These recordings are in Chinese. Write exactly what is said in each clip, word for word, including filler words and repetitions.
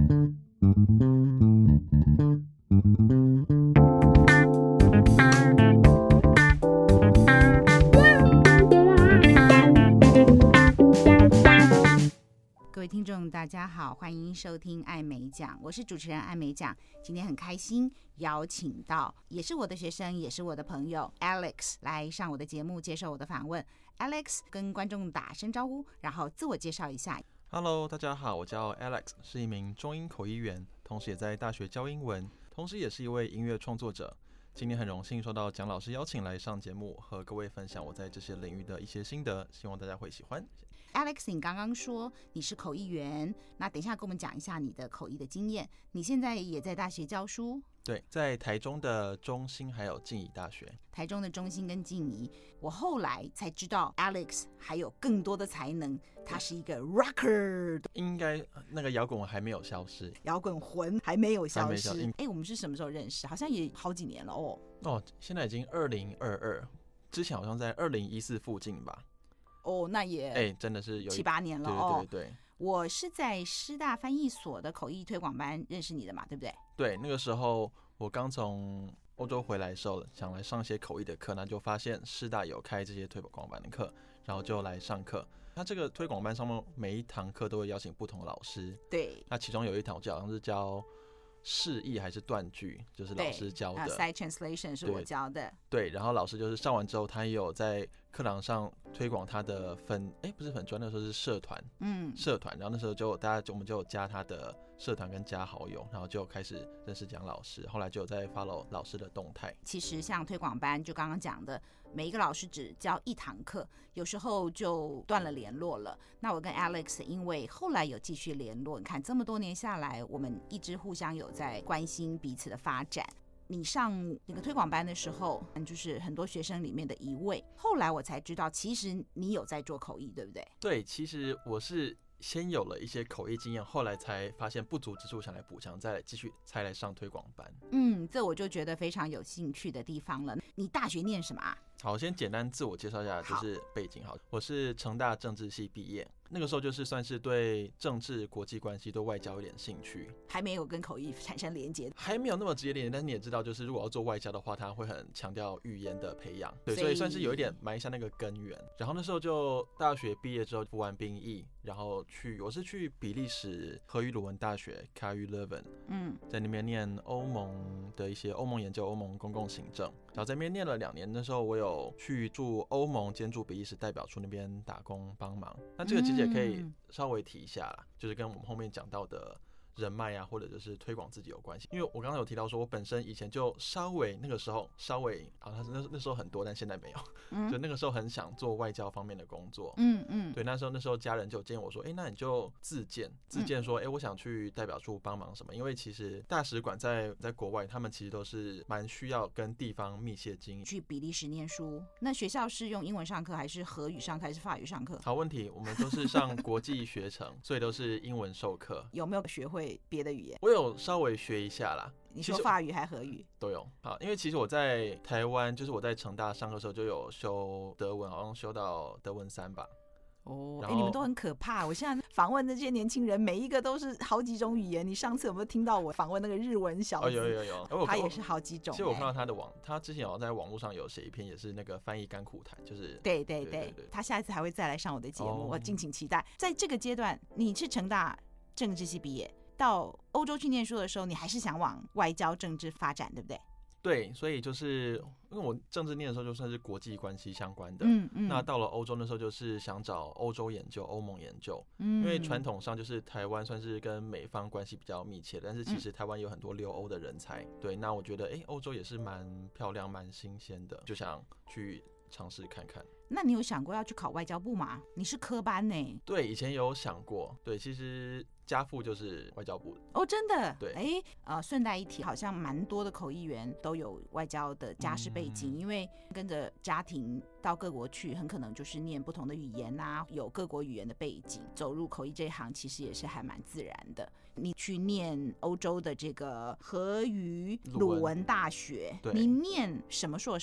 各位听众大家好，欢迎收听艾美奖，我是主持人艾美奖。今天很开心邀请到也是我的学生也是我的朋友 Alex 来上我的节目接受我的访问。 Alex 跟观众打声招呼，然后自我介绍一下。 Hello， 大家好，我叫 Alex， 是一名中英口译员，同时也在大学教英文，同时也是一位音乐创作者。今天很荣幸受到蒋老师邀请来上节目，和各位分享我在这些领域的一些心得，希望大家会喜欢。 Alex， 你刚刚说你是口译员，那等一下跟我们讲一下你的口译的经验。你现在也在大学教书？ 对，在台中的中兴还有静宜大学。 台中的中兴跟静宜，我后来才知道 Alex 还有更多的才能，他是一个 rocker。 应该那个摇滚还没有消失， 摇滚魂还没有消失。 哎、 欸，我们是什么时候认识？好像也好几年了哦。 哦，现在已经二零二二，之前好像在二零一四附近吧。 哦，那也哎、欸，真的是有七八年了哦。对对对对， 我是在师大翻译所的口译推广班认识你的嘛，对不对？ 对，那个时候我刚从欧洲回来的时候，想来上一些口译的课，那就发现师大有开这些推广班的课，然后就来上课。那这个推广班上面每一堂课都会邀请不同的老师， 对。 那其中有一堂我记得好像是教释义还是断句，就是老师教的。 Side translation 是我教的。 对，然后老师就是上完之后，他也有在课堂上推广他的粉，哎，不是粉专，那时候是社团，嗯，社团。然后那时候就大家就我们就有加他的社团跟加好友，然后就开始认识蒋老师，后来就有在 follow 老师的动态。 其实像推广班，就刚刚讲的，每一个老师只教一堂课，有时候就断了联络了。那我跟 Alex 因为后来有继续联络，你看这么多年下来，我们一直互相有在关心彼此的发展。你上那个推广班的时候，就是很多学生里面的一位。后来我才知道，其实你有在做口译，对不对？ 对，其实我是先有了一些口译经验，后来才发现不足之处，想来补强，再来继续才来上推广班。 嗯，这我就觉得非常有兴趣的地方了。你大学念什么啊？ 好，先简单自我介绍一下，就是背景。好，我是成大政治系毕业，那个时候就是算是对政治、国际关系、对外交有点兴趣， 还没有跟口译产生连结， 还没有那么直接连结。但是你也知道，就是如果要做外交的话，它会很强调语言的培养，对，所以算是有一点埋下那个根源。然后那时候就大学毕业之后服完兵役，然后去我是去比利时荷语鲁文大学 K U Leuven， 嗯，在那边念欧盟的一些欧盟研究、欧盟公共行政，然后在那边念了两年。那时候我有去驻欧盟兼驻比利时代表处那边打工帮忙。那这个其实也可以稍微提一下啦，就是跟我们后面讲到的人脉啊，或者就是推广自己有关系。因为我刚刚有提到说，我本身以前就稍微那个时候稍微啊，那那时候很多，但现在没有。嗯，就那个时候很想做外交方面的工作。嗯嗯，对，那时候那时候家人就建议我说，哎、欸，那你就自荐自荐说，哎、欸，我想去代表处帮忙什么？因为其实大使馆在在国外，他们其实都是蛮需要跟地方密切经营。 去比利时念书，那学校是用英文上课，还是荷语上课，还是法语上课？ 好问题，我们都是上国际学程，所以都是英文授课。 有没有学会别的语言？ 我有稍微学一下啦。 你说法语还荷语都有。好，因为其实我在台湾，就是我在成大上课的时候就有修德文，好像修到德文三吧。 哦，哎、欸，你们都很可怕。我现在访问这些年轻人，每一个都是好几种语言。你上次有没有听到我访问那个日文小子？ 哦，有有有， 他也是好几种、欸。 其实我看到他的网，他之前有在网络上有写一篇，也是那个翻译甘苦谈，就是对对 对, 对, 对，他下一次还会再来上我的节目，哦、我敬请期待。在这个阶段，你是成大政治系毕业，到欧洲去念书的时候，你还是想往外交政治发展，对不对？ 对，所以就是因为我政治念的时候就算是国际关系相关的，嗯嗯，那到了欧洲那时候就是想找欧洲研究、欧盟研究，嗯，因为传统上就是台湾算是跟美方关系比较密切，但是其实台湾有很多留欧的人才，对，那我觉得哎，欧洲也是蛮漂亮、蛮新鲜的，就想去尝试看看。 那你有想过要去考外交部吗？你是科班呢？ 对，以前有想过。对，其实家父就是外交部的。 哦，真的？ 对。 哎，呃，顺带一提，好像蛮多的口译员都有外交的家世背景，嗯、因为跟着家庭到各国去，很可能就是念不同的语言啊，有各国语言的背景，走入口译这一行其实也是还蛮自然的。你去念欧洲的这个荷语鲁文大学，你念什么硕士啊？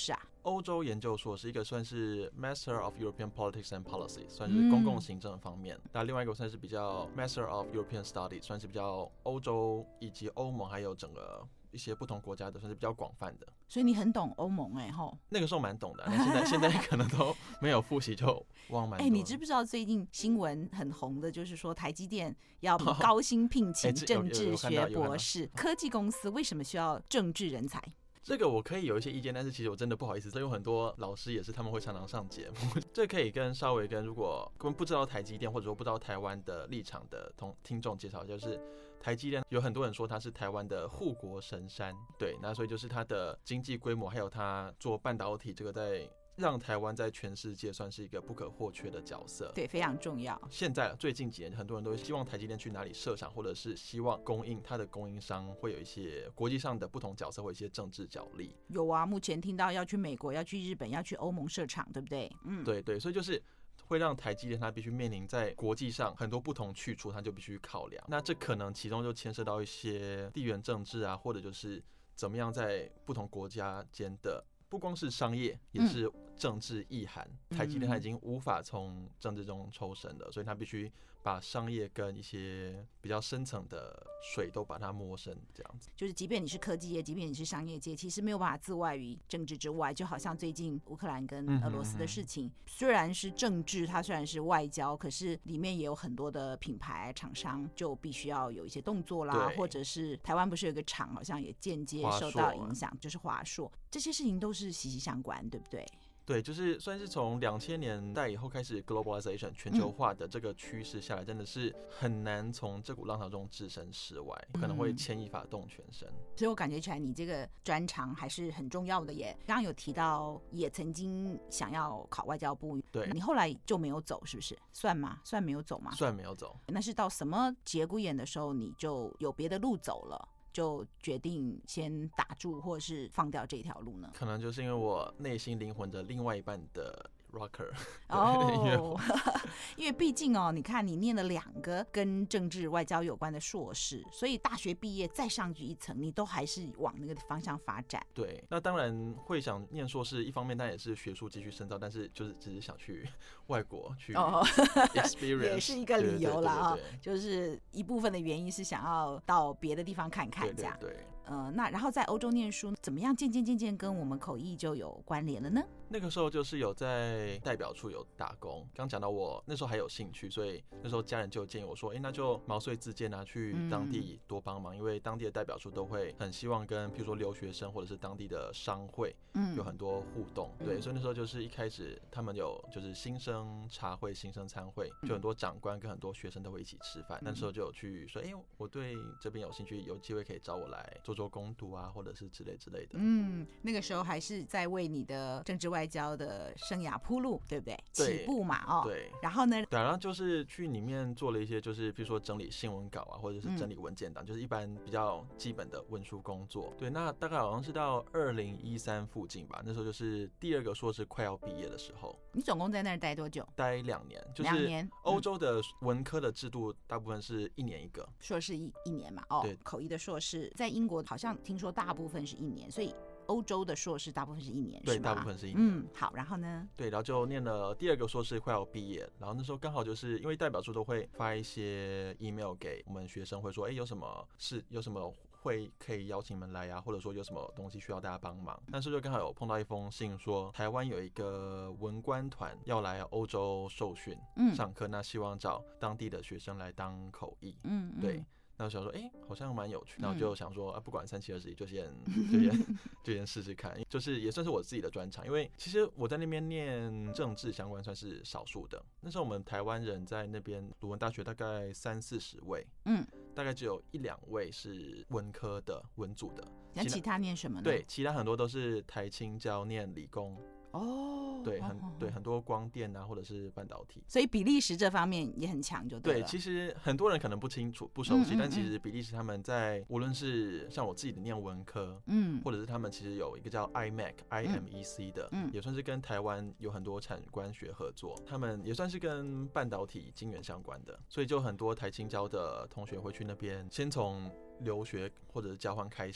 欧洲研究硕士，一个算是 Master of European Politics and Policy， 算是公共行政方面。那、嗯、另外一个算是比较 Master of European Studies， 算是比较欧洲以及欧盟还有整个一些不同国家的，算是比较广泛的。 所以你很懂欧盟哎吼？ 那个时候蛮懂的，但现在现在可能都没有复习，就忘蛮多。 哎、欸，你知不知道最近新闻很红的，就是说台积电要高薪聘请政治学博士，科技公司为什么需要政治人才？ 这个我可以有一些意见，但是其实我真的不好意思，因为很多老师也是他们会常常上节目，这可以跟稍微跟如果根本不知道台积电或者说不知道台湾的立场的同听众介绍，就是台积电有很多人说它是台湾的护国神山，对，那所以就是它的经济规模还有它做半导体这个在。让台湾在全世界算是一个不可或缺的角色， 对，非常重要。 现在最近几年，很多人都希望台积电去哪里设厂，或者是希望供应它的供应商会有一些国际上的不同角色或一些政治角力。 有啊，目前听到要去美国、要去日本、要去欧盟设厂，对不对？嗯， 对对，所以就是会让台积电它必须面临在国际上很多不同去处，它就必须考量。那这可能其中就牵涉到一些地缘政治啊，或者就是怎么样在不同国家间的。不光是商业，也是政治意涵。嗯、台积电它已经无法从政治中抽身了，所以它必须把商业跟一些比较深层的水都把它摸深，这样子。 就是即便你是科技业，即便你是商业界，其实没有办法自外于政治之外。就好像最近乌克兰跟俄罗斯的事情，嗯、虽然是政治，它虽然是外交，可是里面也有很多的品牌厂商就必须要有一些动作啦，或者是台湾不是有一个厂好像也间接受到影响，就是华硕，这些事情都是息息相关，对不对？ 对，就是算是从两千年代以后开始 globalization 全球化的这个趋势下来，真的是很难从这股浪潮中置身事外，可能会牵一发动全身。 所以我感觉起来你这个专长还是很重要的耶。刚刚有提到也曾经想要考外交部， 对， 你后来就没有走，是不是？算吗？算没有走吗？ 算没有走。 那是到什么节骨眼的时候，你就有别的路走了？就决定先打住或是放掉这条路呢？ 可能就是因为我内心灵魂的另外一半的 rocker 哦，因为毕竟哦，你看你念了两个跟政治外交有关的硕士，所以大学毕业再上去一层，你都还是往那个方向发展。 对，那当然会想念硕士，一方面但也是学术继续深造，但是就是只是想去外国去 experience，、哦、 也是一个理由啦啊、哦，就是一部分的原因是想要到别的地方看看这样。 对对对。 呃，那然后在欧洲念书，怎么样渐渐渐渐跟我们口译就有关联了呢？ 那个时候就是有在代表处有打工，刚讲到我那时候还有兴趣，所以那时候家人就建议我说，哎、欸，那就毛遂自荐啊，去当地多帮忙、嗯，因为当地的代表处都会很希望跟，譬如说留学生或者是当地的商会，嗯，有很多互动，对，所以那时候就是一开始他们有就是新生茶会、新生餐会，就很多长官跟很多学生都会一起吃饭，那时候就有去说，哎、欸，我对这边有兴趣，有机会可以找我来做做攻读啊，或者是之类之类的。 嗯，那个时候还是在为你的政治外交的生涯铺路，对不对？ 对， 起步嘛，哦。 对。 然后呢？ 对，然后就是去里面做了一些，就是比如说整理新闻稿啊，或者是整理文件档、嗯，就是一般比较基本的文书工作。对，那大概好像是到二零一三附近吧，那时候就是第二个硕士快要毕业的时候。 你总共在那儿待多久？ 待两年，就是欧洲的文科的制度大部分是一年一个， 硕士一一年嘛，哦，对，口译的硕士在英国好像听说大部分是一年，所以欧洲的硕士大部分是一年， 对，大部分是一年。 嗯，好，然后呢？ 对，然后就念了第二个硕士，快要毕业，然后那时候刚好就是因为代表处都会发一些 email 给我们学生，会说，哎，有什么事，有什么会可以邀请你们来啊，或者说有什么东西需要大家帮忙。但是就刚好有碰到一封信说，台湾有一个文官团要来欧洲受训、嗯、上课，那希望找当地的学生来当口译。嗯，嗯对。那我想说，哎、欸，好像蛮有趣，然后就想说，啊，不管三七二十一，就先就先就先试试看，就是也算是我自己的专长，因为其实我在那边念政治相关算是少数的。那时候我们台湾人在那边鲁文大学大概三四十位，嗯，大概只有一两位是文科的文组的， 那其他念什么呢？ 对，其他很多都是台清交念理工。哦，对，很对，很多光电啊，或者是半导体， 所以比利时这方面也很强，就对了。 对，其实很多人可能不清楚、不熟悉，嗯嗯嗯但其实比利时他们在无论是像我自己的念文科，嗯，或者是他们其实有一个叫 I M E C、I M E C 的，嗯，也算是跟台湾有很多产官学合作，他们也算是跟半导体晶圆相关的，所以就很多台清交的同学会去那边，先从留学或者是交换开始。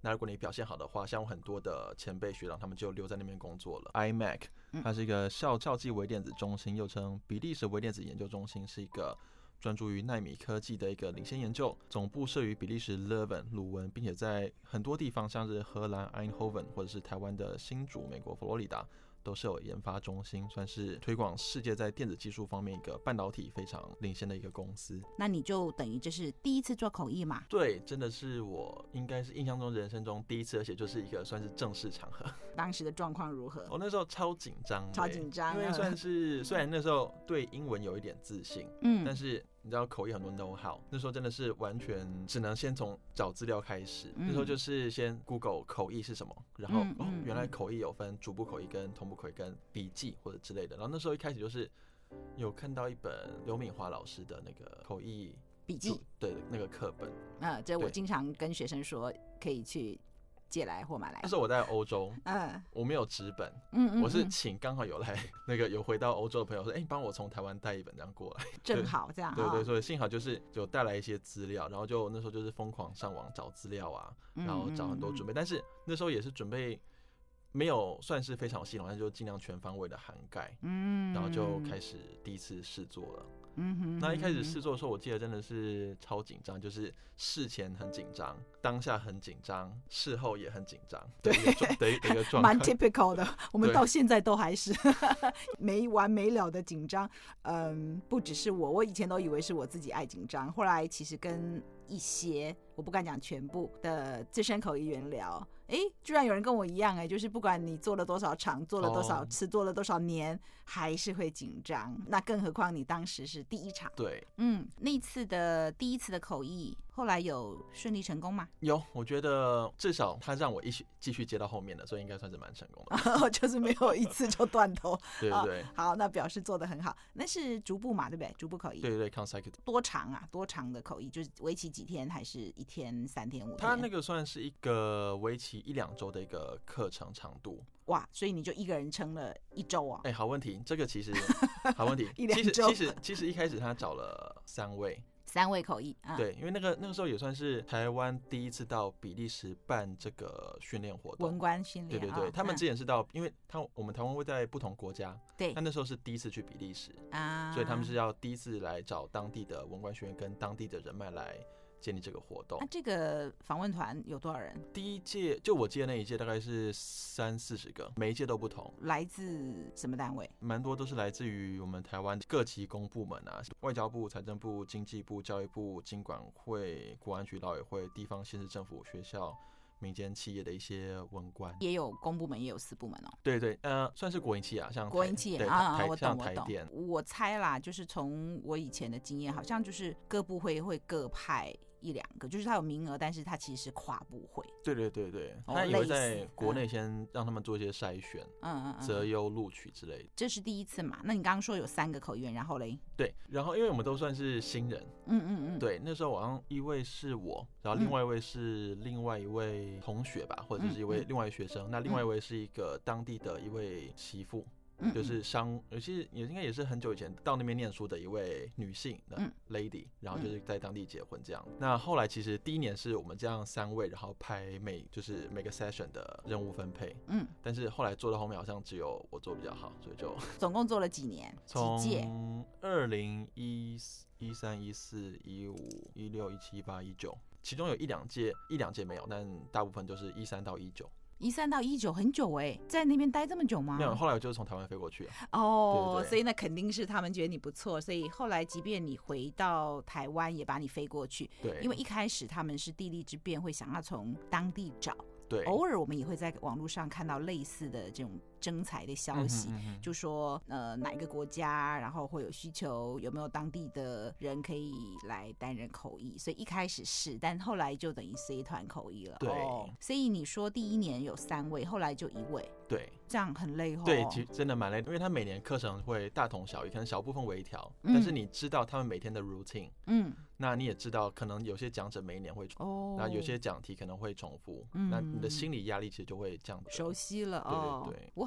那如果你表现好的话，像我很多的前辈学长，他们就留在那边工作了。I M A C 它是一个校校际微电子中心，又称比利时微电子研究中心，是一个专注于奈米科技的一个领先研究，总部设于比利时 Leuven 鲁汶，并且在很多地方，像是荷兰 Eindhoven 或者是台湾的新竹、美国佛罗里达，都是有研发中心，算是推广世界在电子技术方面一个半导体非常领先的一个公司。 那你就等于这是第一次做口译嘛？ 对，真的是我应该是印象中人生中第一次，而且就是一个算是正式场合。 当时的状况如何？ 我那时候超紧张， 超紧张， 因为算是虽然那时候对英文有一点自信，嗯，但是你知道口译很多 know how， 那时候真的是完全只能先从找资料开始、嗯。那时候就是先 Google 口译是什么，然后、嗯、哦，原来口译有分逐步口译跟同步口译跟笔记或者之类的。然后那时候一开始就是有看到一本刘敏华老师的那个口译笔记， 对，那个课本。 啊、呃，这我经常跟学生说可以去借来或买来。 那时候我在欧洲，嗯，我没有纸本，嗯, 嗯, 嗯，我是请刚好有来那个有回到欧洲的朋友说，哎、欸，你帮我从台湾带一本这样过来， 正好这样， 对 对, 对，所以幸好就是有带来一些资料，然后就那时候就是疯狂上网找资料啊，然后找很多准备、嗯嗯嗯，但是那时候也是准备没有算是非常有系统，但就尽量全方位的涵盖，嗯，然后就开始第一次试做了。嗯哼，那一开始试做的时候，我记得真的是超紧张，就是事前很紧张，当下很紧张，事后也很紧张，对的一个状态， 蛮 typical 的。我们到现在都还是没完没了的紧张。嗯，不只是我，我以前都以为是我自己爱紧张，后来其实跟一些我不敢讲全部的资深口译员聊，哎，居然有人跟我一样，哎，就是不管你做了多少场，做了多少次， oh. 做了多少年，还是会紧张。那更何况你当时是第一场， 对， 嗯，那一次的第一次的口译，后来有顺利成功吗？ 有，我觉得至少他让我一起继续接到后面的，所以应该算是蛮成功的， 就是没有一次就断头。 对对对、 哦，好，那表示做得很好。那是逐步嘛，对不对？逐步口译， 对对对 consecutive。 多长啊？多长的口译？就是为期几天，还是一天、三天、五天？ 他那个算是一个为期一两周的一个课程长度。 哇，所以你就一个人撑了一周啊？ 哎、欸，好问题，这个其实好问题。 一两周， 其实其实其实一开始他找了三位。 三位口译、嗯， 对，因为那个那个时候也算是台湾第一次到比利时办这个训练活动， 文官训练。 对对对、哦，他们之前是到，嗯、因为他我们台湾会在不同国家， 对， 但那时候是第一次去比利时啊， 所以他们是要第一次来找当地的文官学院跟当地的人脉来建立这个活动。 那、啊、这个访问团有多少人？ 第一届就我记得那一届大概是三四十个，每一届都不同。 来自什么单位？ 蛮多都是来自于我们台湾各级公部门啊，外交部、财政部、经济部、教育部、经管会、国安局、劳委会、地方县市政府、学校、民间企业的一些文官， 也有公部门，也有私部门哦。 对对，呃，算是国营企业啊，像国营企业啊， 我懂像台电。 我猜啦，就是从我以前的经验，好像就是各部会会各派一两个，就是他有名额，但是他其实是跨部会。 对对对对，他也会在国内先让他们做一些筛选，嗯嗯嗯，择优录取之类的。 这是第一次嘛？那你刚刚说有三个口译员，然后嘞？ 对，然后因为我们都算是新人， 嗯嗯嗯， 对，那时候好像一位是我，然后另外一位是另外一位同学吧，或者是一位另外一位学生，那另外一位是一个当地的一位媳妇。就是商，有些也应该也是很久以前到那边念书的一位女性的 lady，、嗯、然后就是在当地结婚这样。嗯、那后来其实第一年是我们这样三位，然后排每就是每个 session 的任务分配。嗯，但是后来做到后面好像只有我做比较好，所以就总共做了几年？几届？ 从二零一一三、一四、一五、一六、一七、一八、一九，其中有一两届一两届没有，但大部分都是一三到一九。 一三到一九很久哎、欸，在那边待这么久吗？ 没有，后来我就是从台湾飞过去了。 哦，对对对，所以那肯定是他们觉得你不错，所以后来即便你回到台湾，也把你飞过去。 对， 因为一开始他们是地利之便，会想要从当地找。 对， 偶尔我们也会在网络上看到类似的这种征才的消息，嗯哼嗯哼，就说呃哪一个国家，然后会有需求，有没有当地的人可以来担任口译，所以一开始是，但后来就等于随团口译了。 对、 哦，所以你说第一年有三位，后来就一位。 对， 这样很累哦。 对，其实真的蛮累，因为他每年课程会大同小异，可能小部分微调、嗯，但是你知道他们每天的 routine， 嗯，那你也知道可能有些讲者每一年会重复，哦，然后有些讲题可能会重复，嗯，那你的心理压力其实就会降低， 熟悉了哦。 对对对， 我很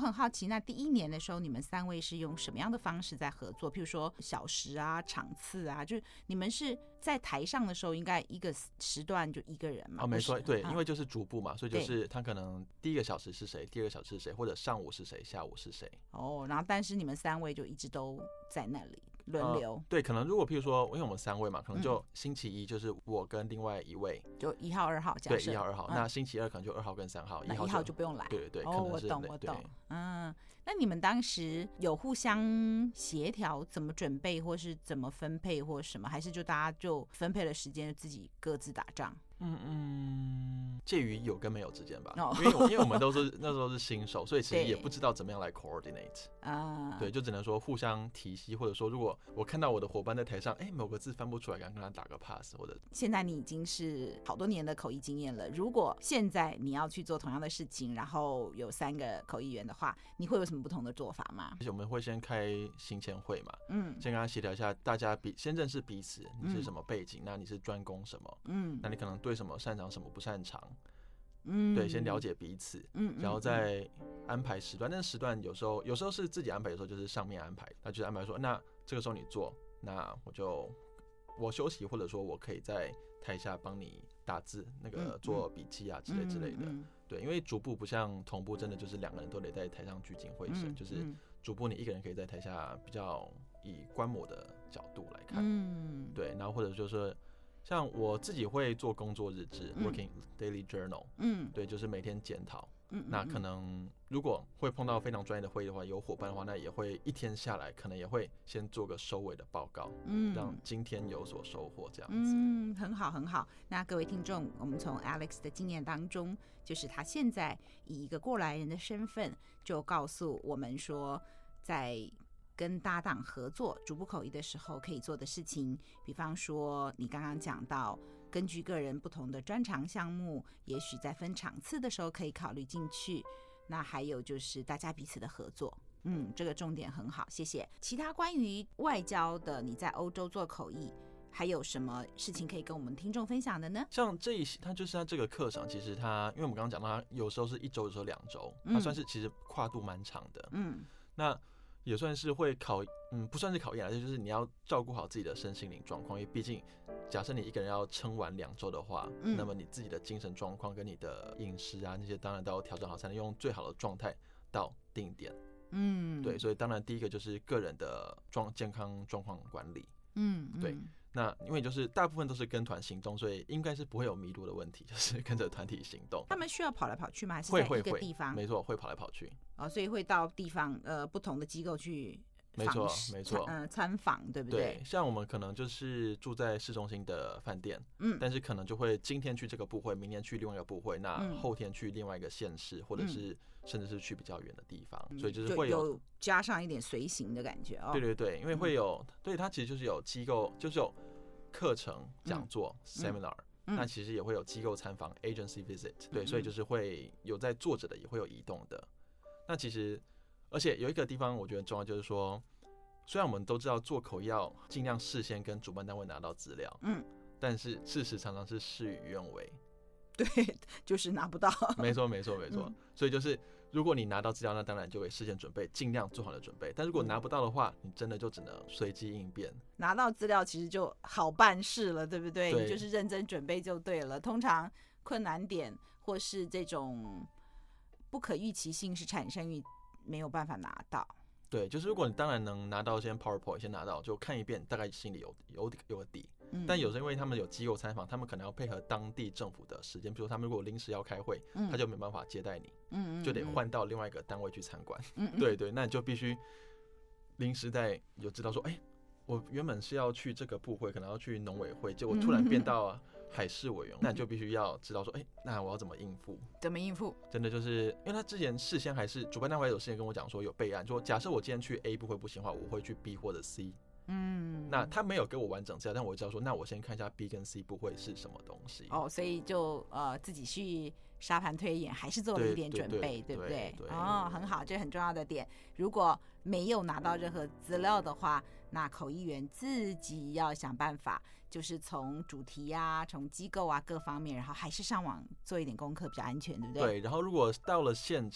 很好奇，那第一年的时候，你们三位是用什么样的方式在合作？譬如说小时啊、场次啊，就是你们是在台上的时候，应该一个时段就一个人嘛？ 哦，没错，对， 啊、 因为就是逐步嘛，所以就是他可能第一个小时是谁，第二个小时是谁，或者上午是谁，下午是谁。 哦，然后但是你们三位就一直都在那里轮流、 呃。对，可能如果譬如说，因为我们三位嘛，可能就星期一就是我跟另外一位， 嗯、就一号、二号，假对， 设一号、二号、 嗯。 那星期二可能就二号跟三号， 一号就, 就不用来。 对对对， 哦， 可能是我懂，我懂。嗯，那你们当时有互相协调怎么准备，或是怎么分配，或什么，还是就大家就分配了时间，自己各自打仗？ 嗯嗯，介于有跟没有之间吧。 哦、 因为因为我们都是那时候是新手，所以其实也不知道怎么样来 coordinate 啊。 对，就只能说互相提携，或者说如果我看到我的伙伴在台上，哎，某个字翻不出来，赶快跟他打个 pass， 或者。 现在你已经是好多年的口译经验了，如果现在你要去做同样的事情，然后有三个口译员的话，你会有什么不同的做法吗？ 我们会先开行前会嘛， 嗯， 先跟他协调一下，大家比先认识彼此，你是什么背景，嗯、那你是专攻什么，嗯，那你可能对什么擅长，什么不擅长，嗯，对，先了解彼此，嗯，然后再安排时段。但是时段有时候有时候是自己安排，有时候就是上面安排，那就是安排说，那这个时候你做，那我就我休息，或者说我可以在台下帮你打字，那个做笔记啊之类之类的。嗯嗯、对，因为逐步不像同步，真的就是两个人都得在台上聚精会神，嗯、就是逐步你一个人可以在台下比较以观摩的角度来看，嗯，对，然后或者就是说。像我自己会做工作日志、嗯、working daily journal， 嗯，对，就是每天检讨。嗯，那可能如果会碰到非常专业的会议的话，有伙伴的话，那也会一天下来，可能也会先做个收尾的报告，嗯，让今天有所收获，这样子。 嗯，很好，很好。那各位听众，我们从 Alex 的经验当中，就是他现在以一个过来人的身份，就告诉我们说，在跟搭档合作逐步口译的时候可以做的事情，比方说你刚刚讲到根据个人不同的专长项目，也许在分场次的时候可以考虑进去，那还有就是大家彼此的合作，嗯，这个重点很好，谢谢。其他关于外交的，你在欧洲做口译还有什么事情可以跟我们听众分享的呢？ 像这一些，它就是它这个课程，其实它因为我们刚刚讲到，它有时候是一周，有时候两周，它算是其实跨度蛮长的，嗯，那也算是会考，嗯，不算是考验，就是你要照顾好自己的身心灵状况，因为毕竟，假设你一个人要撑完两周的话，嗯，那么你自己的精神状况跟你的饮食啊那些，当然都要调整好，才能用最好的状态到定点。嗯，对，所以当然第一个就是个人的状健康状况管理。嗯，对。嗯，那因为就是大部分都是跟团行动，所以应该是不会有迷路的问题，就是跟着团体行动。 他们需要跑来跑去吗？还是在一个地方？ 没错，会跑来跑去。 哦，所以会到地方呃不同的机构去没错没错， 嗯、呃，参访，对不对？ 对，像我们可能就是住在市中心的饭店，嗯，但是可能就会今天去这个部会，明天去另外一个部会，那后天去另外一个县市，或者是甚至是去比较远的地方，嗯、所以就是会有, 有加上一点随行的感觉哦。 对对对，因为会有，嗯、对它其实就是有机构，就是有课程讲座、嗯、seminar。嗯、那其实也会有机构参访 agency visit， 对，嗯、所以就是会有在坐着的，也会有移动的。那其实，而且有一个地方我觉得重要，就是说，虽然我们都知道做口译要尽量事先跟主办单位拿到资料，嗯，但是事实常常是事与愿违， 对，就是拿不到。 没错，没错，没错。嗯、所以就是如果你拿到资料，那当然就会事先准备，尽量做好的准备。但如果拿不到的话，你真的就只能随机应变。 拿到资料其实就好办事了，对不对？ 对， 你就是认真准备就对了。通常困难点或是这种不可预期性是产生于没有办法拿到。 对，就是如果你当然能拿到先 PowerPoint 先拿到，就看一遍，大概心里有有有个底。嗯、但有时候因为他们有机构参访，他们可能要配合当地政府的时间，比如说他们如果临时要开会，嗯、他就没办法接待你，嗯、就得换到另外一个单位去参观。嗯、对对，那你就必须临时在有知道说，哎、欸，我原本是要去这个部会，可能要去农委会，结果突然变到、啊。海事委员，那你就必须要知道说，哎、欸，那我要怎么应付？ 怎么应付？ 真的就是，因为他之前事先还是主办单位有事先跟我讲说有备案，说假设我今天去 A 部会不行的话，我会去 B 或者 C。嗯，那他没有给我完整资料，但我知道说，那我先看一下 B 跟 C 部会是什么东西。 哦，所以就呃自己去沙盘推演，还是做了一点准备， 对, 对, 对, 对不对？ 对哦，很好，这很重要的点。如果没有拿到任何资料的话，那口译员自己要想办法，就是从主题啊、从机构啊各方面，然后还是上网做一点功课比较安全，对不对？ 对。然后如果到了现场，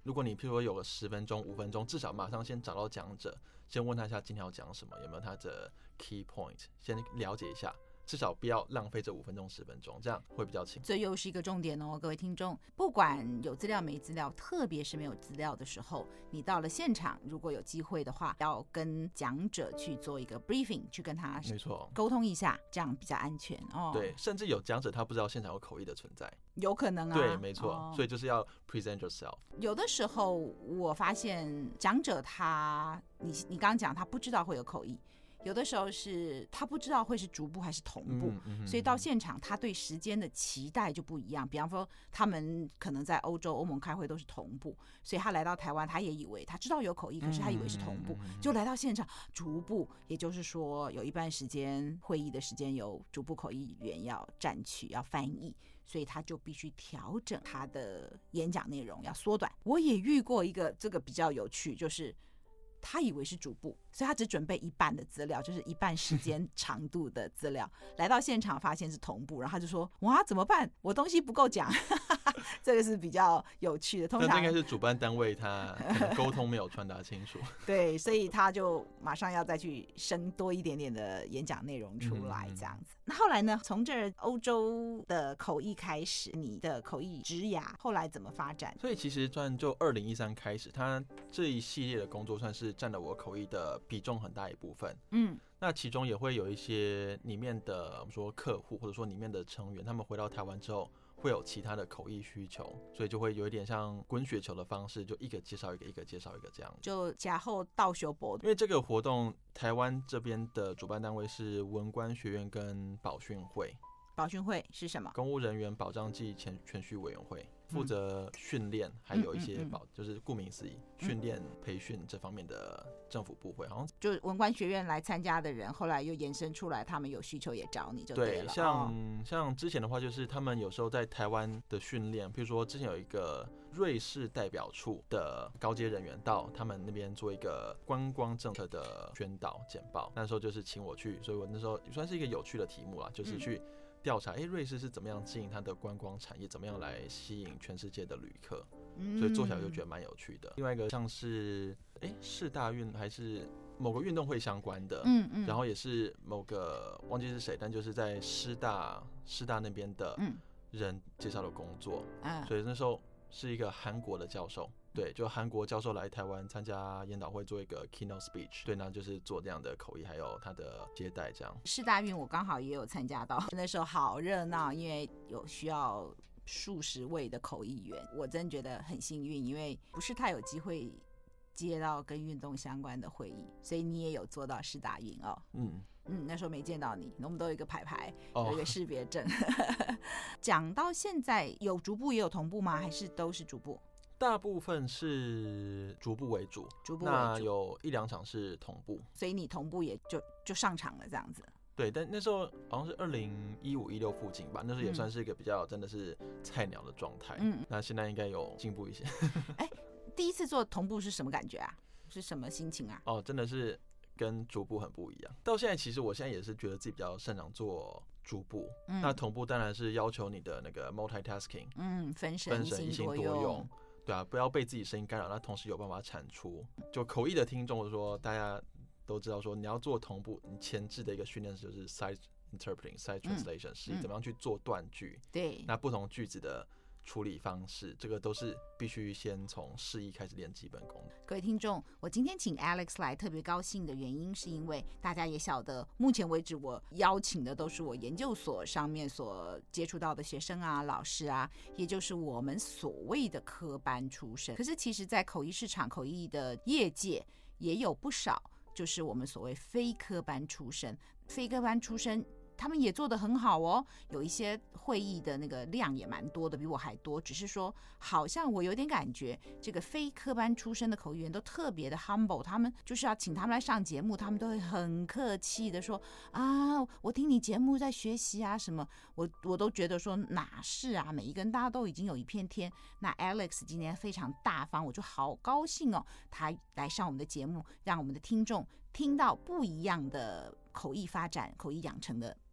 如果你譬如说有个十分钟、五分钟，至少马上先找到讲者，先问他一下今天要讲什么，有没有他的 key point， 先了解一下。至少不要浪费这五分钟十分钟，这样会比较轻。 这又是一个重点哦，各位听众，不管有资料没资料，特别是没有资料的时候，你到了现场，如果有机会的话，要跟讲者去做一个 briefing， 去跟他没错沟通一下，这样比较安全哦。 对，甚至有讲者他不知道现场有口译的存在， 有可能啊。 对，没错、 哦， 所以就是要 present yourself。 有的时候我发现讲者他，你你刚刚讲他不知道会有口译。有的时候是他不知道会是逐步还是同步、嗯嗯、所以到现场他对时间的期待就不一样。比方说他们可能在欧洲欧盟开会都是同步，所以他来到台湾他也以为他知道有口译，可是他以为是同步、嗯、就来到现场逐步，也就是说有一半时间会议的时间由逐步口译员要占取要翻译，所以他就必须调整他的演讲内容要缩短。我也遇过一个这个比较有趣，就是他以为是逐步，所以他只准备一半的资料，就是一半时间长度的资料来到现场发现是同步，然后他就说哇怎么办，我东西不够讲这个是比较有趣的。通常但这应该是主办单位他可能沟通没有传达清楚对，所以他就马上要再去生多一点点的演讲内容出来这样子、嗯、那后来呢，从这儿欧洲的口译开始，你的口译职涯后来怎么发展？ 所以其实算就二零一三开始，他这一系列的工作算是占了我口译的比重很大一部分。 嗯， 那其中也会有一些里面的我们说客户或者说里面的成员，他们回到台湾之后会有其他的口译需求，所以就会有一点像滚雪球的方式，就一个介绍一个，一个介绍一个这样， 就假后倒修博。 因为这个活动台湾这边的主办单位是文官学院跟保训会。 保训会是什么？ 公务人员保障暨全全序委员会，负责训练、嗯，还有一些保、嗯嗯嗯，就是顾名思义，训练、培训这方面的政府部会，好像就文官学院来参加的人，后来又延伸出来，他们有需求也找你就对了。 对，像、哦、像之前的话，就是他们有时候在台湾的训练，譬如说之前有一个瑞士代表处的高阶人员到他们那边做一个观光政策的宣导简报，那时候就是请我去，所以我那时候也算是一个有趣的题目啦，就是去、嗯。调查，哎，瑞士是怎么样经营它的观光产业，怎么样来吸引全世界的旅客，嗯、所以做起来就觉得蛮有趣的。另外一个像是，哎，世大运还是某个运动会相关的，嗯嗯，然后也是某个忘记是谁，但就是在师大师大那边的人介绍的工作，嗯，所以那时候是一个韩国的教授。对，就韩国教授来台湾参加研讨会，做一个 keynote speech， 对，那就是做这样的口译，还有他的接待这样。 世大运我刚好也有参加到，那时候好热闹，因为有需要数十位的口译员，我真觉得很幸运，因为不是太有机会接到跟运动相关的会议，所以你也有做到世大运哦。嗯嗯，那时候没见到你，我们都有一个牌牌，有一个识别证。讲、oh. 到现在，有逐步也有同步吗？还是都是逐步？ 大部分是逐步为主， 逐步为主， 那有一两场是同步， 所以你同步也就就上场了这样子。 对，但那时候好像是二零一五一六附近吧，那时候也算是一个比较真的是菜鸟的状态。嗯，那现在应该有进步一些。 哎、欸，第一次做同步是什么感觉啊？是什么心情啊？ 哦，真的是跟逐步很不一样。到现在其实我现在也是觉得自己比较擅长做逐步，嗯、那同步当然是要求你的那个 multitasking， 嗯，分神分神一心多用。对啊，不要被自己声音干扰，那同时有办法产出。就口译的听众，或者说大家都知道说，你要做同步，你前置的一个训练就是 side interpreting、side translation，、嗯、是怎么样去做断句。 对， 那不同句子的处理方式，这个都是必须先从释义开始练基本功。 各位听众，我今天请 Alex 来特别高兴的原因，是因为大家也晓得，目前为止我邀请的都是我研究所上面所接触到的学生啊、老师啊，也就是我们所谓的科班出身。可是其实在口译市场、口译的业界也有不少，就是我们所谓非科班出身。非科班出身他们也做得很好哦，有一些会议的那个量也蛮多的，比我还多。只是说，好像我有点感觉，这个非科班出身的口译员都特别的 humble， 他们就是要请他们来上节目，他们都会很客气的说啊，我听你节目在学习啊什么，我我都觉得说哪是啊，每一个人大家都已经有一片天。那 Alex 今天非常大方，我就好高兴哦，他来上我们的节目，让我们的听众听到不一样的口译发展、口译养成的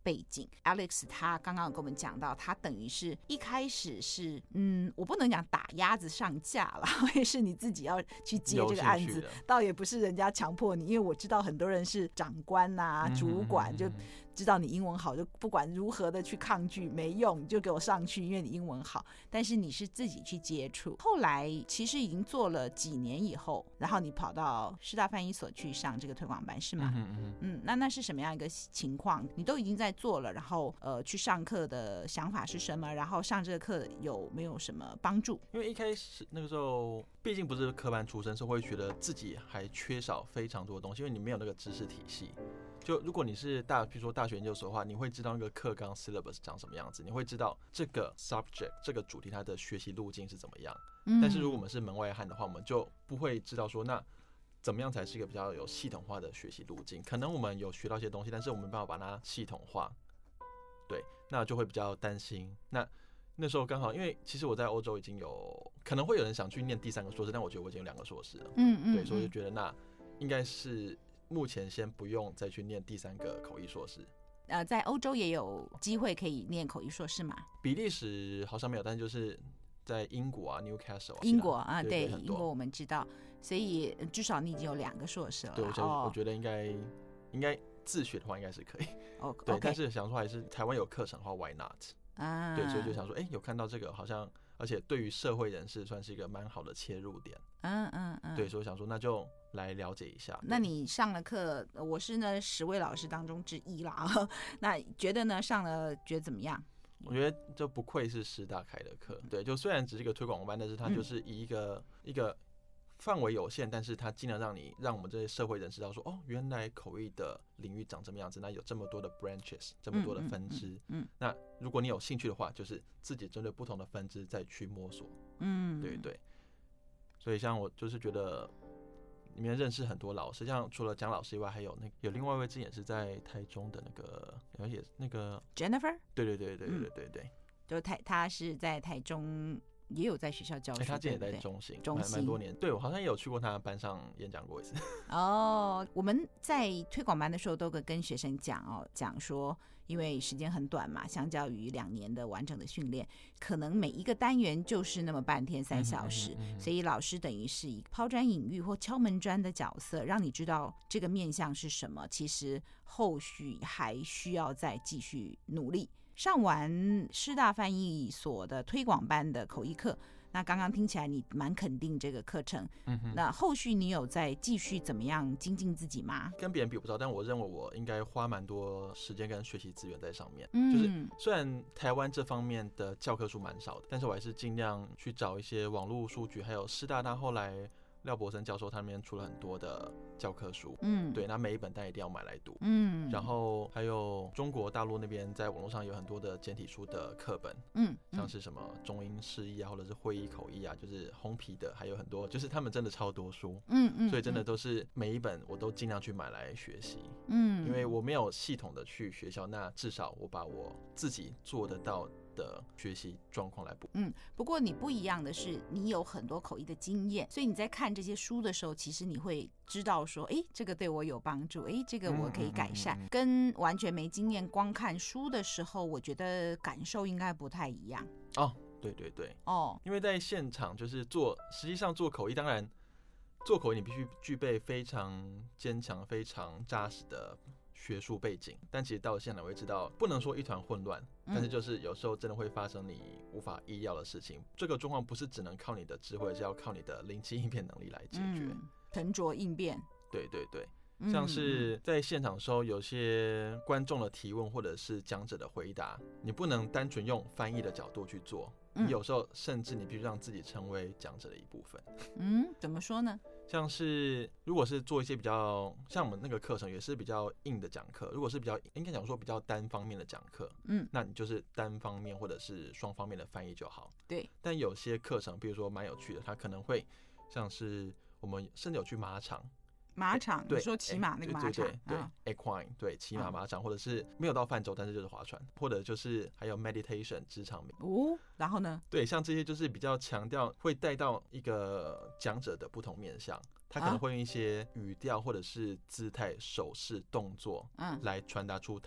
背景。 Alex 他刚刚有跟我们讲到，他等于是一开始是嗯，我不能讲打鸭子上架了，会是你自己要去接这个案子，倒也不是人家强迫你，因为我知道很多人是长官啊、嗯、主管就知道你英文好，就不管如何的去抗拒没用，你就给我上去，因为你英文好。但是你是自己去接触，后来其实已经做了几年以后，然后你跑到师大翻译所去上这个推广班是吗？ 嗯嗯嗯，那那是什么样一个情况？你都已经在做了，然后呃去上课的想法是什么？然后上这个课有没有什么帮助？ 因为一开始那个时候毕竟不是科班出身，是会觉得自己还缺少非常多的东西，因为你没有那个知识体系。就如果你是大，比如说大学研究所的话，你会知道那个课纲 syllabus 长什么样子，你会知道这个 subject 这个主题它的学习路径是怎么样。嗯、但是如果我们是门外汉的话，我们就不会知道说那怎么样才是一个比较有系统化的学习路径。可能我们有学到一些东西，但是我们没办法把它系统化，对，那就会比较担心。那那时候刚好，因为其实我在欧洲已经有可能会有人想去念第三个硕士，但我觉得我已经有两个硕士了， 嗯嗯， 对，所以我就觉得那应该是目前先不用再去念第三个口译硕士。 呃，在欧洲也有机会可以念口译硕士吗？ 比利时好像没有，但是就是在英国啊 ，Newcastle 英国啊，对， 对， 英国我们知道，所以至少你已经有两个硕士了。 对，我觉得、 哦、 我觉得应该应该自学的话应该是可以。 哦， 对， okay. 但是想说还是台湾有课程的话 ，Why not？ 啊， 对，所以就想说，哎、欸，有看到这个好像，而且对于社会人士算是一个蛮好的切入点。 嗯嗯嗯， 对，所以我想说那就来了解一下。 那你上了课，我是呢十位老师当中之一啦。那觉得呢上了觉得怎么样？ 我觉得就不愧是师大开的课，对，就虽然只是一个推广班，但是它就是以一个、嗯、一个范围有限，但是它尽量让你让我们这些社会人士知道说，哦，原来口译的领域长这么样子，那有这么多的 branches， 这么多的分支。嗯, 嗯, 嗯, 嗯，那如果你有兴趣的话，就是自己针对不同的分支再去摸索。嗯，对对。所以像我就是觉得里面认识很多老师，像除了蒋老师以外，还有那个有另外一位之前也是在台中的那个，然后也那个 Jennifer， 对对对对对对对，嗯、 就台他是在台中。也有在学校教书， 欸、他之前也在中心， 中心蛮多年。对，我好像也有去过他班上演讲过一次。 哦，我们在推广班的时候都会跟学生讲哦，讲说，因为时间很短嘛，相较于两年的完整的训练，可能每一个单元就是那么半天三小时，嗯嗯嗯嗯，所以老师等于是以抛砖引玉或敲门砖的角色，让你知道这个面向是什么。其实后续还需要再继续努力。上完师大翻译所的推广班的口译课，那刚刚听起来你蛮肯定这个课程，嗯、那后续你有在继续怎么样精进自己吗？ 跟别人比不着，但我认为我应该花蛮多时间跟学习资源在上面。嗯，就是虽然台湾这方面的教科书蛮少的，但是我还是尽量去找一些网络数据，还有师大他后来廖博森教授他那边出了很多的教科书，嗯，对，那每一本大家一定要买来读，嗯，然后还有中国大陆那边在网络上有很多的简体书的课本，嗯，像是什么中英释义啊，或者是会议口译啊，就是红皮的，还有很多，就是他们真的超多书，嗯嗯，所以真的都是每一本我都尽量去买来学习，嗯，因为我没有系统的去学校，那至少我把我自己做得到的学习状况来补。 嗯，不过你不一样的是，你有很多口译的经验，所以你在看这些书的时候，其实你会知道说，哎，这个对我有帮助，哎，这个我可以改善。嗯嗯嗯嗯，跟完全没经验光看书的时候，我觉得感受应该不太一样。 哦，对对对，哦，因为在现场就是做，实际上做口译，当然做口译你必须具备非常坚强、非常扎实的学术背景，但其实到了现场会知道，不能说一团混乱，但是就是有时候真的会发生你无法意料的事情。这个状况不是只能靠你的智慧，是要靠你的灵机应变能力来解决。 嗯，沉着应变。 对对对，像是在现场的时候，有些观众的提问或者是讲者的回答，你不能单纯用翻译的角度去做，你有时候甚至你必须让自己成为讲者的一部分。 嗯，怎么说呢？ 像是如果是做一些比较像我们那个课程也是比较硬的讲课，如果是比较应该讲说比较单方面的讲课，嗯，那你就是单方面或者是双方面的翻译就好。 对。 但有些课程，比如说蛮有趣的，它可能会像是我们甚至有去马场。 马场，你说骑马那个马场， 对对对，对 equine， 对，骑马马场，或者是没有到泛舟，但是就是划船，或者就是还有 meditation 职场冥哦，然后呢？ 对，像这些就是比较强调会带到一个讲者的不同面向，他可能会用一些语调或者是姿态、手势、动作，嗯，来传达出他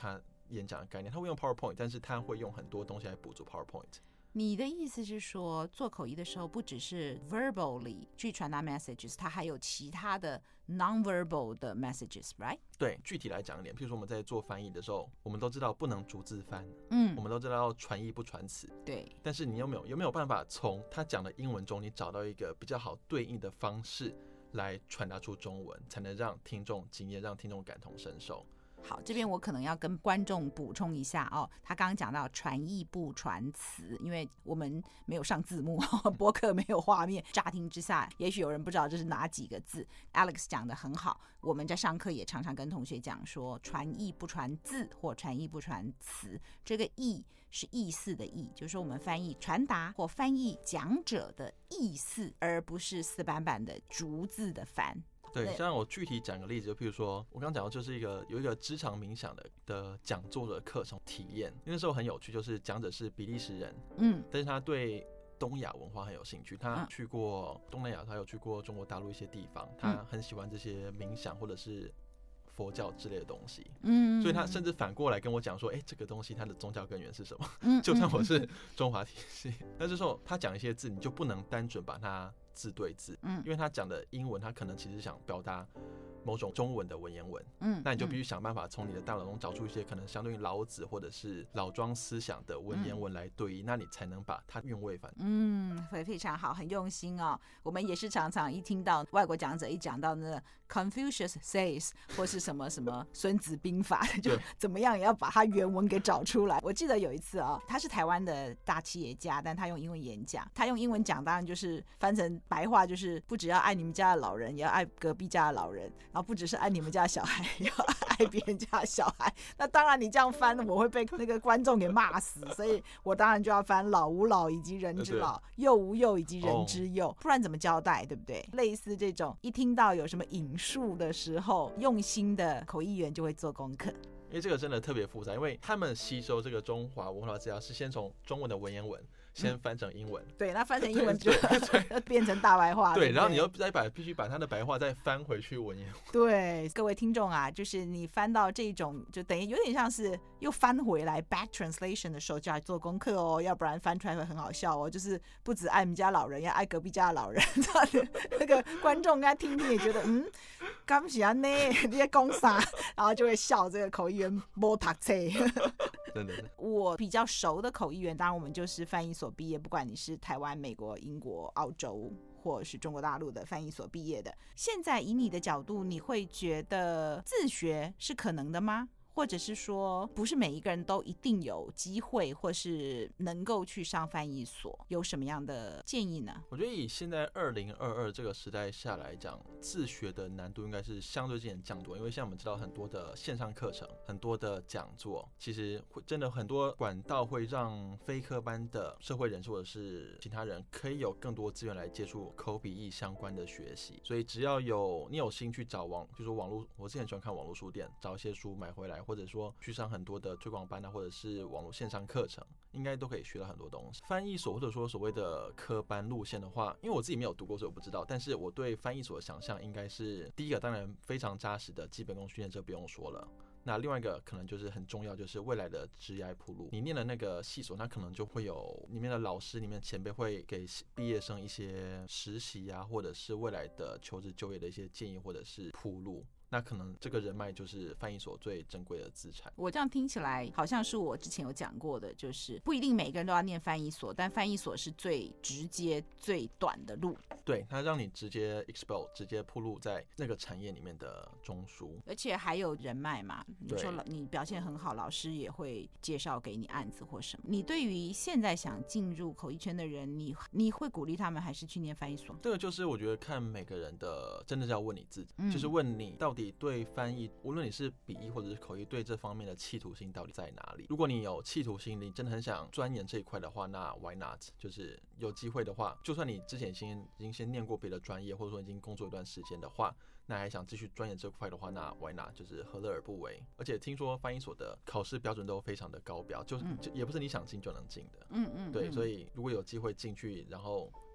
演讲的概念，他会用 PowerPoint， 但是他会用很多东西来补足 PowerPoint。 你的意思是说，做口译的时候，不只是 verbally 去传达 messages， 它还有其他的 non-verbal 的 messages，right？ 对，具体来讲一点，譬如说我们在做翻译的时候，我们都知道不能逐字翻， 嗯， 我们都知道要传译不传词， 对。 但是你有没有有没有办法从他讲的英文中，你找到一个比较好对应的方式来传达出中文，才能让听众惊艳，让听众感同身受？ 好，这边我可能要跟观众补充一下哦，他刚刚讲到传译不传词，因为我们没有上字幕，播客没有画面，乍听之下，也许有人不知道这是哪几个字。Alex 讲得很好，我们在上课也常常跟同学讲说，传译不传字或传译不传词，这个译是意思的译，就是说我们翻译传达或翻译讲者的意思，而不是死板板的逐字的翻。 对，像我具体讲个例子，就譬如说，我刚刚讲的就是一个有一个职场冥想的的讲座的课程体验，那时候很有趣，就是讲者是比利时人，嗯，但是他对东亚文化很有兴趣，他去过东南亚，他有去过中国大陆一些地方，他很喜欢这些冥想或者是佛教之类的东西，嗯，所以他甚至反过来跟我讲说，哎、欸，这个东西它的宗教根源是什么？嗯，就算我是中华体系，那这时候他讲一些字，你就不能单纯把它字对字，嗯，因为他讲的英文，他可能其实想表达某种中文的文言文，嗯，那你就必须想办法从你的大脑中找出一些可能相对于老子或者是老庄思想的文言文来对应，嗯，那你才能把它韵味反。 嗯，非常好，很用心哦。我们也是常常一听到外国讲者一讲到那 Confucius says 或是什么什么孙子兵法，就怎么样也要把它原文给找出来。我记得有一次啊，他是台湾的大企业家，但他用英文演讲，他用英文讲当然就是翻成白话，就是不只要爱你们家的老人，也要爱隔壁家的老人，然后不只是爱你们家的小孩，也要爱别人家的小孩。那当然你这样翻，我会被那个观众给骂死，所以我当然就要翻老吾老以及人之老，幼吾幼以及人之幼，不然怎么交代，对不对？类似这种一听到有什么引述的时候，用心的口译员就会做功课。 因为这个真的特别复杂，因为他们吸收这个中华文化资料是先从中文的文言文先翻成英文，嗯， 对，那翻成英文就变成大白话， 对, 对, 对，然后你又再把必须把他的白话再翻回去文言文。 对，各位听众啊，就是你翻到这种，就等于有点像是又翻回来 back translation 的时候就要做功课哦，要不然翻出来会很好笑哦。就是不止爱你们家老人，要爱隔壁家的老人，那个观众应该听听也觉得，嗯，刚是安呢，你在讲啥？然后就会笑这个口译员没读册。 真的， 我比较熟的口译员，当然我们就是翻译所毕业，不管你是台湾、美国、英国、澳洲或是中国大陆的翻译所毕业的。现在以你的角度，你会觉得自学是可能的吗？或者是说不是每一个人都一定有机会或是能够去上翻译所，有什么样的建议呢？ 我觉得以现在二零二二这个时代下来讲，自学的难度应该是相对性降多，因为像我们知道很多的线上课程，很多的讲座，其实会真的很多管道会让非科班的社会人士或者是其他人可以有更多资源来接触口笔译相关的学习，所以只要有你有心去找网，比如说网络，我之前喜欢看网络书店，找一些书买回来，或者说去上很多的推广班啊，或者是网络线上课程，应该都可以学到很多东西。翻译所或者说所谓的科班路线的话，因为我自己没有读过，所以我不知道，但是我对翻译所的想象应该是第一个当然非常扎实的基本功训练，这不用说了。那另外一个可能就是很重要，就是未来的职业铺路。你念的那个系所，它可能就会有里面的老师、里面的前辈会给毕业生一些实习啊，或者是未来的求职就业的一些建议，或者是铺路。那可能这个人脉就是翻译所最珍贵的资产。 我这样听起来好像是我之前有讲过的，就是不一定每个人都要念翻译所，但翻译所是最直接最短的路。 对，它让你直接 expose 直接铺路在那个产业里面的中枢， 而且还有人脉嘛。你说你表现很好，老师也会介绍给你案子或什么。你对于现在想进入口译圈的人，你你会鼓励他们还是去念翻译所？ 这个就是我觉得看每个人的，真的是要问你自己，嗯，就是问你到底对翻译，无论你是笔译或者是口译，对这方面的企图心到底在哪里？如果你有企图心，你真的很想钻研这一块的话，那 why not？ 就是有机会的话，就算你之前先已经先念过别的专业，或者说已经工作一段时间的话，那还想继续钻研这块的话，那 why not？ 就是何乐而不为？而且听说翻译所的考试标准都非常的高标，就, 就也不是你想进就能进的。嗯嗯，对，所以如果有机会进去，然后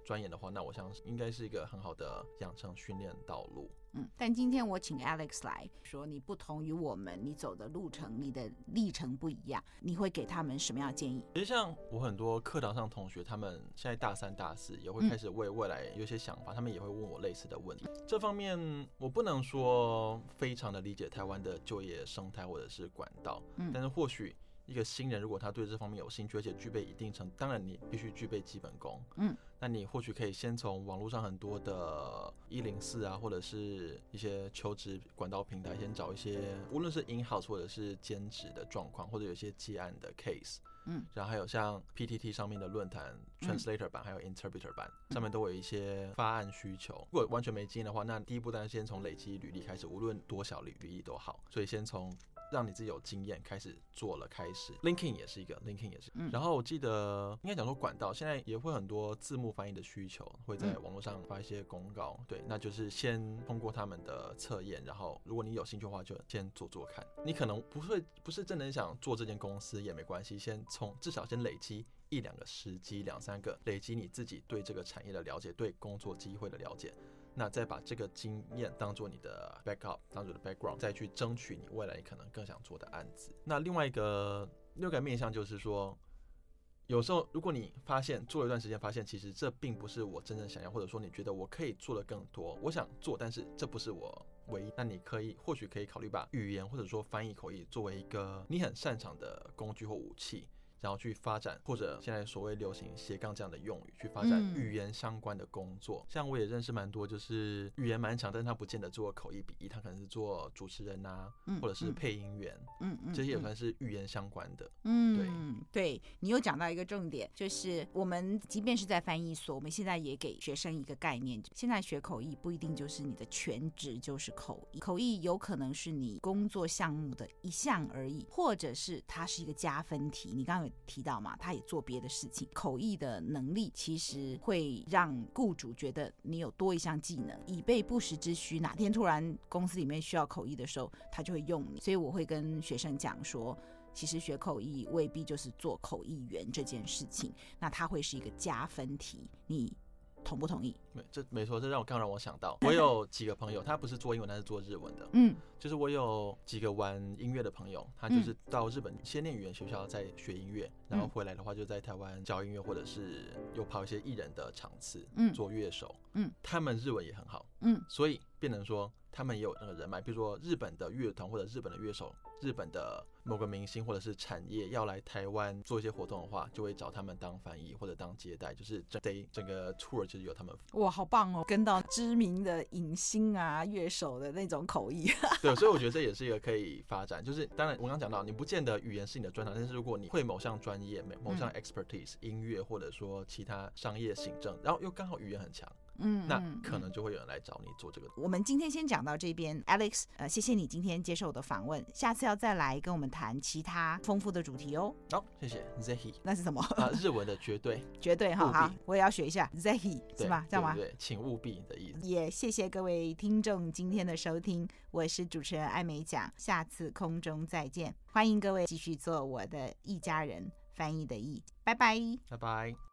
钻研的话，那我相信应该是一个很好的养成训练道路。 嗯，但今天我请 Alex 来说，你不同于我们，你走的路程，你的历程不一样，你会给他们什么样的建议？ 其实像我很多课堂上同学，他们现在大三、大四也会开始为未来有一些想法，嗯、他们也会问我类似的问题。这方面我不能说非常的理解台湾的就业生态或者是管道，嗯、但是或许一个新人如果他对这方面有兴趣，而且具备一定程度，当然你必须具备基本功，嗯，那你或许可以先从网络上很多的一零四啊，或者是一些求职管道平台，先找一些无论是 in-house 或者是兼职的状况，或者有一些接案的 case，嗯，然后还有像 P T T 上面的论坛 translator 版、嗯、还有 interpreter 版上面都有一些发案需求。如果完全没经验的话，那第一步当然先从累积履历开始，无论多小履历都好，所以先从让你自己有经验开始做了开始。 LinkedIn 也是一个 LinkedIn 也是、嗯、然后我记得应该讲说管道现在也会很多字幕翻译的需求，会在网络上发一些公告，对，那就是先通过他们的测验，然后如果你有兴趣的话就先做做看。你可能不会不是真的想做这间公司也没关系，先从至少先累积一两个时机，两三个，累积你自己对这个产业的了解，对工作机会的了解，那再把这个经验当做你的 backup， 当做你的 background， 再去争取你未来你可能更想做的案子。那另外一个另外一个面向就是说，有时候如果你发现做了一段时间，发现其实这并不是我真正想要，或者说你觉得我可以做的更多，我想做，但是这不是我唯一，那你可以或许可以考虑把语言或者说翻译口译作为一个你很擅长的工具或武器，然后去发展，或者现在所谓流行斜杠这样的用语，去发展语言相关的工作。嗯、像我也认识蛮多，就是语言蛮强，但是他不见得做口译笔译，他可能是做主持人啊，嗯、或者是配音员，嗯嗯，这些也算是语言相关的。嗯， 对，对你又讲到一个重点，就是我们即便是在翻译所，我们现在也给学生一个概念，现在学口译不一定就是你的全职就是口译，口译有可能是你工作项目的一项而已，或者是它是一个加分题。你刚刚有提到嘛，他也做别的事情，口译的能力其实会让雇主觉得你有多一项技能，以备不时之需，哪天突然公司里面需要口译的时候他就会用你。所以我会跟学生讲说，其实学口译未必就是做口译员这件事情，那它会是一个加分题，你同不同意？ 这没错，这让我刚让我想到，我有几个朋友，他不是做英文，他是做日文的。嗯，就是我有几个玩音乐的朋友，他就是到日本先念语言学校，再学音乐，然后回来的话就在台湾教音乐，或者是又跑一些艺人的场次，嗯，做乐手。嗯，他们日文也很好。嗯，所以变成说他们也有那个人脉，比如说日本的乐团或者日本的乐手，日本的某个明星或者是产业要来台湾做一些活动的话，就会找他们当翻译或者当接待，就是整整个 tour 就是由他们。 哇，好棒哦，跟到知名的影星啊乐手的那种口译。 对，所以我觉得这也是一个可以发展，就是当然我刚刚讲到你不见得语言是你的专长，但是如果你会某项专业某项 expertise、嗯、音乐或者说其他商业行政，然后又刚好语言很强，嗯，那可能就会有人来找你做这个。 我们今天先讲到这边 Alex， 呃，谢谢你今天接受我的访问，下次要再来跟我们谈其他丰富的主题哦。 好，谢谢 Zehi， 那是什么？ 啊，日文的绝对绝对哈，好，我也要学一下 Zehi 是吧？这样吗？ 对对对，请务必的意思。 也谢谢各位听众今天的收听，我是主持人艾美奖，下次空中再见，欢迎各位继续做我的一家人翻译的译，拜拜， 拜拜。